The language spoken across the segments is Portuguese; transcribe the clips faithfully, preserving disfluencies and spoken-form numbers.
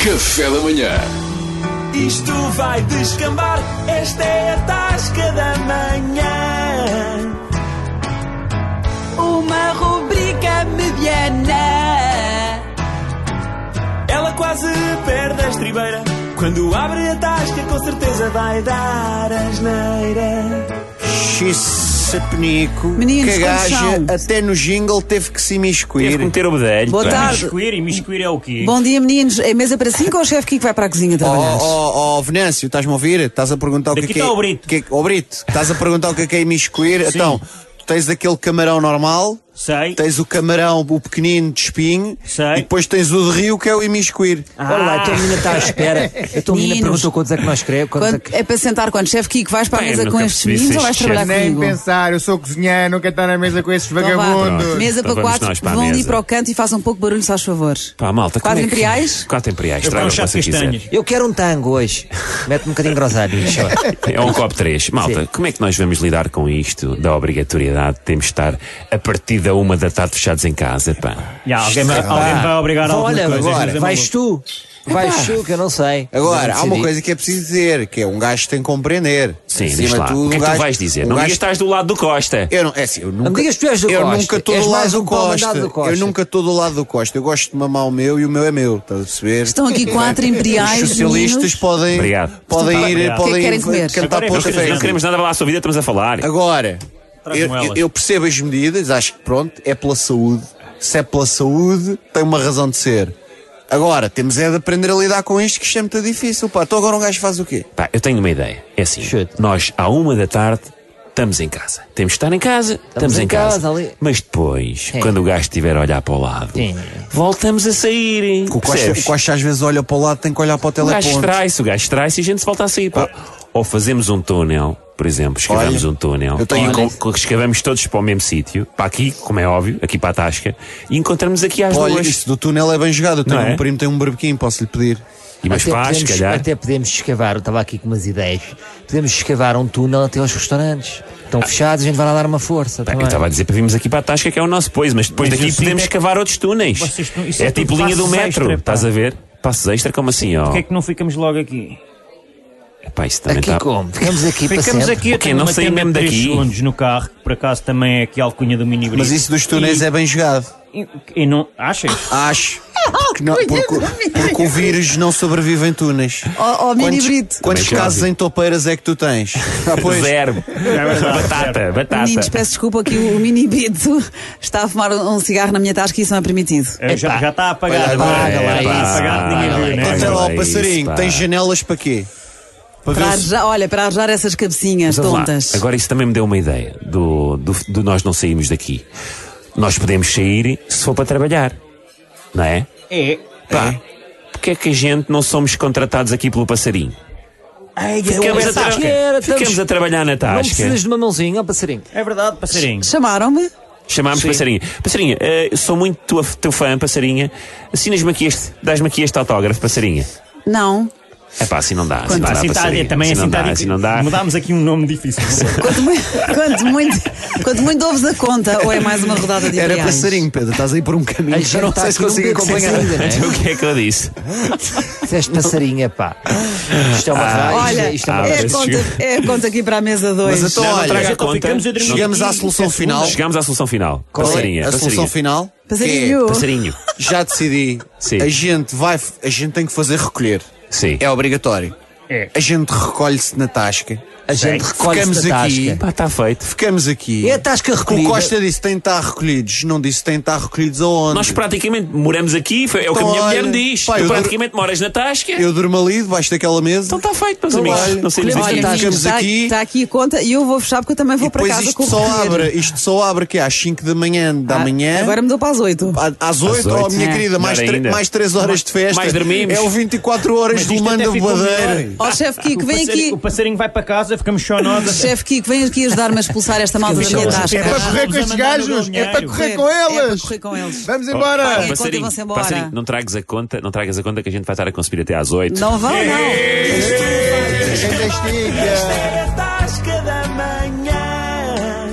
Café da manhã. Isto vai descambar, esta é a tasca da manhã. Uma rubrica mediana. Ela quase perde a estribeira. Quando abre a tasca, com certeza vai dar asneira. Xissapenico, Meninos, que a como gaja são? até no jingle teve que se Teve imiscuir. que meter o bedelho. Boa pá. tarde. Miscuir e miscuir é o quê? Bom dia, meninos. É mesa para cinco ou o chefe Kiko vai para a cozinha Oh, trabalhar? oh, oh, Venâncio, estás-me a ouvir? Estás a perguntar o que é Daqui que é... está o Brito. Que é... Oh, Brito, estás a perguntar o que é que é imiscuir? Então, tu tens aquele camarão normal, Sei. tens o camarão, o pequenino de espinho, Sei. e depois tens o de rio, que é o imiscuir. Olha lá, então a menina está à espera. Então a menina Meninos. perguntou quantos é que nós queremos. quantos é Quando- que- é para sentar quando? Chefe Kiko, vais para a Bem, mesa eu com nunca estes percebi meninos se ou vais este trabalhar chefe- Nem comigo? pensar, eu sou cozinheiro, não quero estar na mesa com esses Então vá. vagabundos. Mesa Então para vamos quatro, nós para a vão ali mesa. para o canto e façam um pouco de barulho, se faz favor. Pá, malta, como Quatro é que- imperiais? Quatro imperiais, Eu traga quero o um que chá de você quiser. castanhas. Eu quero um tango hoje. Mete-me um bocadinho groselha. É um copo três. Malta, Sim. como é que nós vamos lidar com isto da obrigatoriedade de termos de estar a partir da uma da tarde fechados em casa, pá? Já, alguém, vai, alguém vai obrigar a alguma Olha, coisa. agora, mas é vais maluco. tu. Vais tu, que eu não sei. Agora, Não há uma decidi. coisa que é preciso dizer, que é um gajo tem que compreender. Sim, Acima diz de lá. tudo, O que é um que tu gajo- vais dizer? um Não gajo- digas que estás do lado do Costa. Eu não, é assim, eu nunca, me digas que tu és do eu Costa. nunca estou És do lado mais do um pau Costa. mandado do Costa. Eu nunca estou do lado do Costa. Eu gosto de mamar o meu e o meu é meu, estás a perceber? Estão aqui quatro imperiais, Os socialistas meninos. podem, Obrigado. podem ir, Obrigado. podem O que é que querem ir comer? cantar Agora é para o que café. Não queremos nada falar à sua vida, estamos a falar. Agora, eu, Tragam eu- elas. eu percebo as medidas, acho que pronto, é pela saúde. Se é pela saúde, tem uma razão de ser. Agora, temos é de aprender a lidar com isto, que isto é muito difícil, pá. Então agora um gajo faz o quê? Pá, eu tenho uma ideia. É assim, Chute. nós à uma da tarde estamos em casa. Temos de estar em casa, estamos, em em casa. casa, ali. Mas depois, Sim. quando o gajo estiver a olhar para o lado, Sim. voltamos a sair. O Costa, Percebes? o Costa às vezes olha para o lado, tem que olhar para o O gajo teleponto. extrai-se, o gajo extrai-se e a gente se volta a sair. pá. Ou fazemos um túnel, por exemplo, escavamos Olha, um túnel eu tenho- e com, com- escavamos todos para o mesmo sítio, para aqui, como é óbvio, aqui para a Tasca, e encontramos aqui às Olha, duas. isso do túnel é bem jogado. Eu tenho Não é? um primo, tem um barbequinho, posso lhe pedir. E mais Até para, se podemos, calhar. até podemos escavar, eu estava aqui com umas ideias. Podemos escavar um túnel até aos restaurantes. Estão fechados, a gente vai lá dar uma força. Bem, eu também. estava a dizer para virmos aqui para a Tasca, que é o nosso pois, mas depois Mas daqui assim podemos é- escavar outros túneis. Vocês não- isso É é tipo tudo linha do passos metro, extra, pá. estás a ver? Passos extra, como assim, ó? Porquê é que não ficamos logo aqui? Epá, isso também Aqui está. como? Ficamos aqui para Ficamos sempre. aqui, eu O quê? tenho Não uma saí tenda mesmo de três daqui? segundos no carro, que por acaso também é aqui a alcunha do mini Mas isso dos túneis e, é bem jogado. E, e não... Achas? Acho. Porque, não, porque, porque o vírus não sobrevive em túneis. Ó, ó, mini Quantos, Brito. quantos Também já casos vi. em topeiras é que tu tens? Ah, pois. Zero. batata, batata. Meninos, peço desculpa que o mini Brito está a fumar um cigarro na minha tasca e isso não é permitido. É, já, já está apagado. Olha, agora. apaga lá Já está isso. apagado, ninguém Apaga lá viu, isso. né? Até lá, É o isso, passarinho, pá. tens janelas para quê? Para Para ver se- arranjar, olha, para arranjar essas cabecinhas Vamos lá. tontas. Agora isso também me deu uma ideia do, do, do nós não saímos daqui. Nós podemos sair se for para trabalhar, não é? É. Pá, porque é que a gente não somos contratados aqui pelo passarinho? Ai, Ficamos, é a, tra- tasca. Era, ficamos estamos- a trabalhar na Não tasca. precisas de uma mãozinha, ó passarinho. É verdade, passarinho. Chamaram-me? Chamámos Passarinha. Passarinha, eh, sou muito tua, teu fã, Passarinha. Assinas-me aqui este, dás-me aqui este autógrafo, Passarinha. Não. É pá, assim não dá. Assim Quanto- não dá, Assim está, Passarinha. também assim assim não está dá, difícil. assim não dá. Mudámos aqui um nome difícil. Quanto, mui- quanto muito, quanto muito ouves a conta ou é mais uma rodada de Era imperiais? passarinho, Pedro. Estás aí por um caminho A que eu gente não está sei se aqui num consigo beco sem acompanhar. saída, não é? Então o que é que eu disse? Disseste passarinha, pá. Isto é uma Ah, rádio. Olha, isto é uma ah, é, a peço conta, desculpa. é a conta aqui para a mesa dois. Mas então, Não, não olha, traga a então conta. ficamos a dormir chegamos aqui. à solução Isso é final. Chegamos à solução final. Qual é Passarinha. a solução Passarinha. final? Passarinho. Passarinho. Já decidi. Sim. A gente vai, a gente tem que fazer recolher. Sim. É obrigatório. É. A gente recolhe-se na tasca. A gente recolhe-se Ficamos na aqui. tasca. Pá, está feito. Ficamos aqui. É a tasca O recolhida. Costa disse tem de estar recolhidos. Não disse tem de estar recolhidos aonde? Nós praticamente moramos aqui, foi- é o que a minha Então, mulher olha, me diz. pá, tu eu dur- praticamente moras na Tasca. Eu durmo ali debaixo daquela mesa. Então está feito, meus Então, amigos. olha, Não saímos olha, daqui. Olha, ficamos está, aqui. está aqui a conta e eu vou fechar porque eu também vou E para depois casa isto com o só recolher. abre, isto só abre que às cinco da manhã da Ah, manhã. Agora mudou para as oito. À- Às oito, oito. oh minha É. querida, mais, Melhor tre- ainda. mais três horas de festa. Mais dormimos. É o vinte e quatro horas Mas do isto Manda até ficou Bobadeira. melhor. Ó, chefe Kiko, O vem passarinho- aqui. O passarinho vai para casa, ficamos só nós. a- Chefe Kiko, vem aqui ajudar-me a expulsar esta malta da minha Ficamos tasca. É para correr com Vamos a estes mandar no gajos, é para balneário. correr com É para eles. correr com eles. Vamos Oh, embora. Paguem a conta e Passarinho, vão-se embora. passarinho, não tragas a conta, não tragas a conta que a gente vai estar a conspirar até às oito. Não vão, não. Quem castiga. É a tasca da manhã.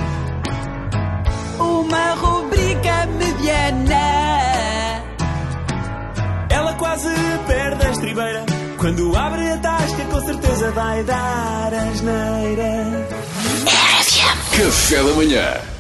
Uma rubrica mediana. Ela quase perde estribeira. Quando abre a tasca, com certeza vai dar asneira. Café da manhã.